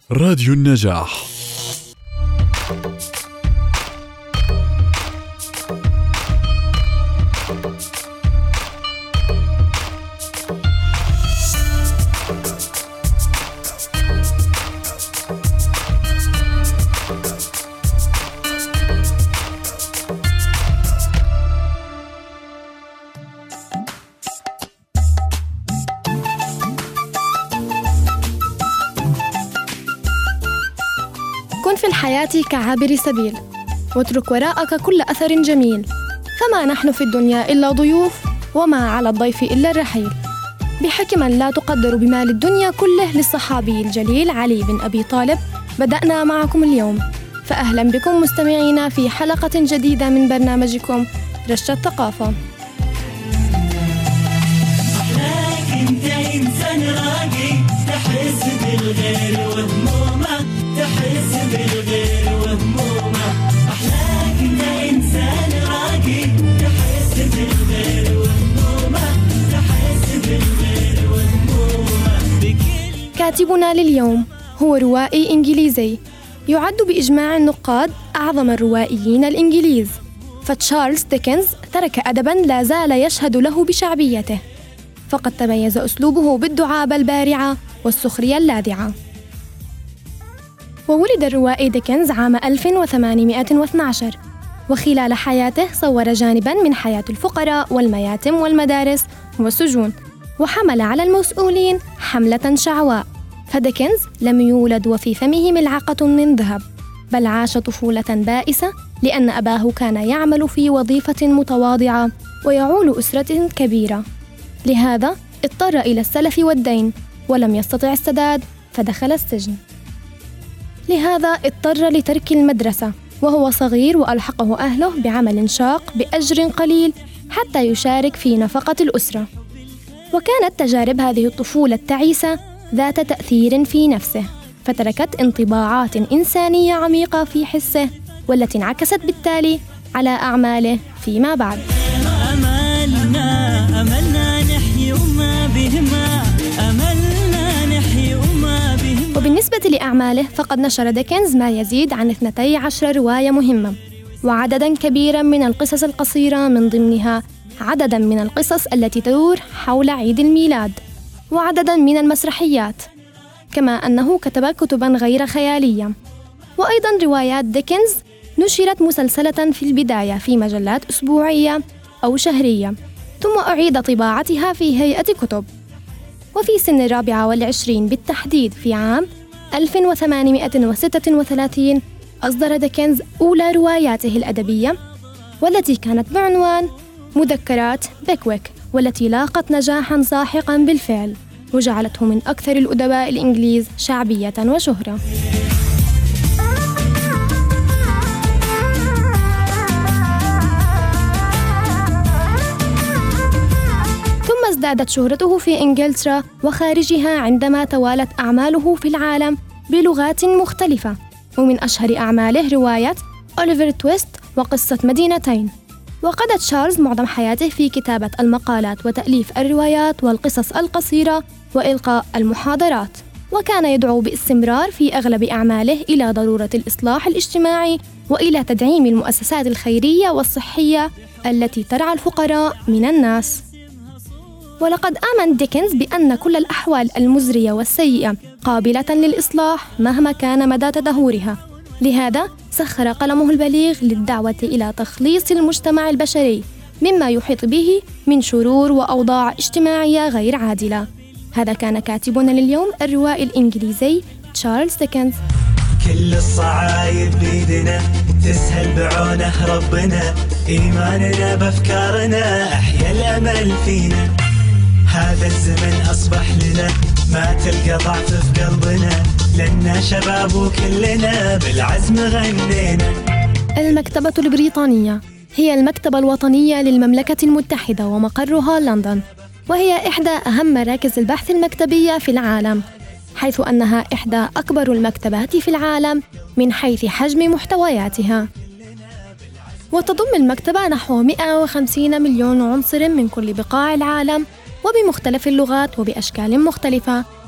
راديو النجاح. كن في الحياة كعابر سبيل، واترك وراءك كل أثر جميل، فما نحن في الدنيا إلا ضيوف، وما على الضيف إلا الرحيل. بحكمة لا تقدر بمال الدنيا كله للصحابي الجليل علي بن أبي طالب بدأنا معكم اليوم، فأهلا بكم مستمعينا في حلقة جديدة من برنامجكم رشة ثقافة. أحلاك أنت إنسان راقي، تحس بالغير وهمومه، تحس بالغير وهمومه. أحلاك أنت إنسان راقي، تحس بالغير وهمومه، تحس بالغير وهمومه. كاتبنا لليوم هو روائي إنجليزي يعد بإجماع النقاد أعظم الروائيين الإنجليز، فتشارلز ديكنز ترك أدباً لا زال يشهد له بشعبيته، فقد تميز أسلوبه بالدعابة البارعة والسخرية اللاذعة. وولد الروائي ديكنز عام 1812، وخلال حياته صور جانباً من حياة الفقراء والمياتم والمدارس والسجون، وحمل على المسؤولين حملة شعواء. فديكنز لم يولد وفي فمه ملعقة من ذهب، بل عاش طفولة بائسة لأن أباه كان يعمل في وظيفة متواضعة ويعول أسرة كبيرة، لهذا اضطر إلى السلف والدين ولم يستطع السداد فدخل السجن. لهذا اضطر لترك المدرسة وهو صغير، وألحقه أهله بعمل شاق بأجر قليل حتى يشارك في نفقة الأسرة. وكانت تجارب هذه الطفولة التعيسة ذات تأثير في نفسه، فتركت انطباعات إنسانية عميقة في حسه، والتي انعكست بالتالي على أعماله فيما بعد. أملنا نحيي وما بهما، أملنا نحيي وما بهما. وبالنسبة لأعماله فقد نشر ديكنز ما يزيد عن 12 رواية مهمة، وعدداً كبيراً من القصص القصيرة، من ضمنها عدداً من القصص التي تدور حول عيد الميلاد، وعدداً من المسرحيات، كما أنه كتب كتباً غير خيالية. وأيضاً روايات ديكنز نشرت مسلسلة في البداية في مجلات أسبوعية أو شهرية، ثم أعيد طباعتها في هيئة كتب. وفي سن 24 بالتحديد في عام 1836 أصدر ديكنز أولى رواياته الأدبية، والتي كانت بعنوان مذكرات بيكويك، والتي لاقت نجاحاً ساحقاً بالفعل، وجعلته من أكثر الأدباء الإنجليز شعبية وشهرة. ثم ازدادت شهرته في إنجلترا وخارجها عندما توالت أعماله في العالم بلغات مختلفة، ومن أشهر أعماله رواية أوليفر تويست وقصة مدينتين. وقضى تشارلز معظم حياته في كتابة المقالات وتأليف الروايات والقصص القصيرة وإلقاء المحاضرات، وكان يدعو باستمرار في أغلب أعماله إلى ضرورة الإصلاح الاجتماعي وإلى تدعيم المؤسسات الخيرية والصحية التي ترعى الفقراء من الناس. ولقد آمن ديكنز بأن كل الأحوال المزرية والسيئة قابلة للإصلاح مهما كان مدى تدهورها، لهذا سخر قلمه البليغ للدعوة إلى تخليص المجتمع البشري مما يحيط به من شرور وأوضاع اجتماعية غير عادلة. هذا كان كاتبنا لليوم الروائي الإنجليزي تشارلز ديكنز. كل الصعايب بيدنا تسهل بعونه ربنا، إيماننا بأفكارنا أحيا الأمل فينا. هذا الزمن أصبح لنا ما تلقى ضعف في قلبنا، لنا شباب وكلنا بالعزم غنينا. المكتبة البريطانية هي المكتبة الوطنية للمملكة المتحدة، ومقرها لندن، وهي إحدى أهم مراكز البحث المكتبية في العالم، حيث أنها إحدى أكبر المكتبات في العالم من حيث حجم محتوياتها. وتضم المكتبة نحو 150 مليون عنصر من كل بقاع العالم، وبمختلف اللغات وبأشكال مختلفة،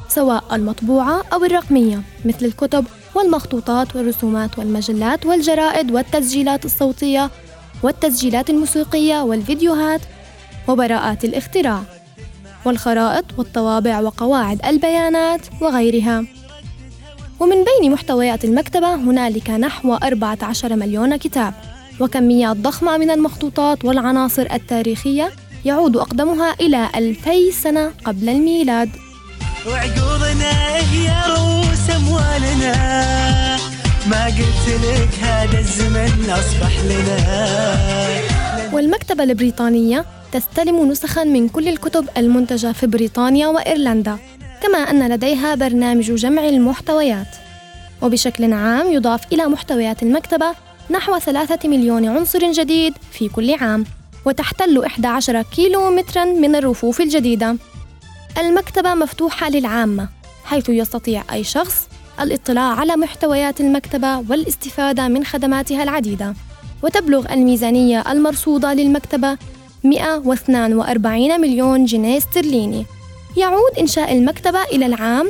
سواء المطبوعة أو الرقمية، مثل الكتب والمخطوطات والرسومات والمجلات والجرائد والتسجيلات الصوتية والتسجيلات الموسيقية والفيديوهات وبراءات الاختراع والخرائط والطوابع وقواعد البيانات وغيرها. ومن بين محتويات المكتبة هنالك نحو 14 مليون كتاب وكميات ضخمة من المخطوطات والعناصر التاريخية يعود أقدمها إلى 2000 سنة قبل الميلاد. وعقولنا هي رؤوس أموالنا، ما قلت لك هذا الزمن أصبح لنا. والمكتبة البريطانية تستلم نسخاً من كل الكتب المنتجة في بريطانيا وإيرلندا، كما أن لديها برنامج جمع المحتويات. وبشكل عام يضاف إلى محتويات المكتبة نحو 3 مليون عنصر جديد في كل عام، وتحتل 11 كيلومتراً من الرفوف الجديدة. المكتبة مفتوحة للعامة، حيث يستطيع أي شخص الاطلاع على محتويات المكتبة والاستفادة من خدماتها العديدة. وتبلغ الميزانية المرصودة للمكتبة 142 مليون جنيه استرليني. يعود إنشاء المكتبة إلى العام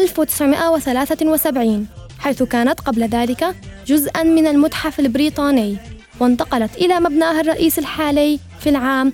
1973، حيث كانت قبل ذلك جزءاً من المتحف البريطاني، وانتقلت إلى مبناها الرئيسي الحالي في العام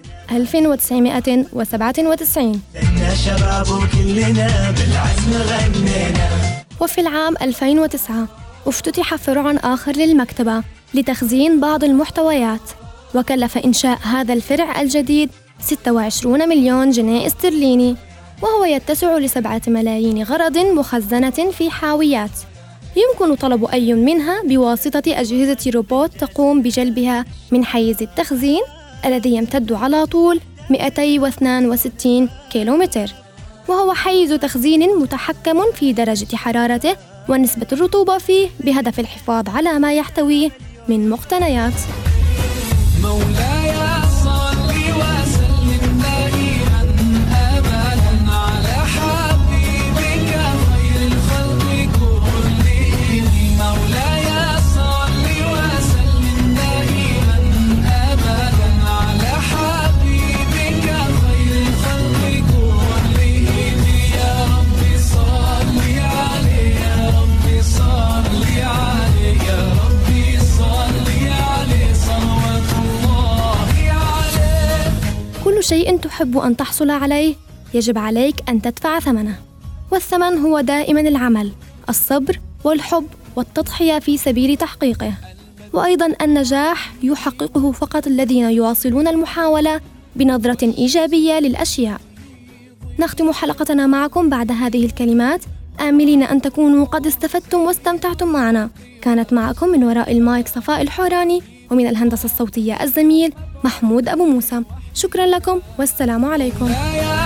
1997. شباب كلنا بالعزم غنينا. وفي العام 2009 افتتح فرع آخر للمكتبة لتخزين بعض المحتويات، وكلف إنشاء هذا الفرع الجديد 26 مليون جنيه استرليني، وهو يتسع ل7 ملايين غرض مخزنة في حاويات يمكن طلب أي منها بواسطة أجهزة روبوت تقوم بجلبها من حيز التخزين الذي يمتد على طول 262 كيلومتر، وهو حيز تخزين متحكم في درجة حرارته ونسبة الرطوبة فيه بهدف الحفاظ على ما يحتويه من مقتنيات. مولاي صل وسلم دائما أبدا على حبيبك خير الخلق كلهم. مولاي صل وسلم دائما أبدا على حبيبك خير الخلق كلهم. يا رب صل عليه، يا رب صل عليه، يا رب صل عليه صلوات الله عليه. كل شيء تحب أن تحصل عليه يجب عليك أن تدفع ثمنه، والثمن هو دائما العمل، الصبر والحب والتضحية في سبيل تحقيقه. وأيضا النجاح يحققه فقط الذين يواصلون المحاولة بنظرة إيجابية للأشياء. نختم حلقتنا معكم بعد هذه الكلمات، آملين أن تكونوا قد استفدتم واستمتعتم معنا. كانت معكم من وراء المايك صفاء الحوراني، ومن الهندسة الصوتية الزميل محمود أبو موسى. شكرا لكم والسلام عليكم.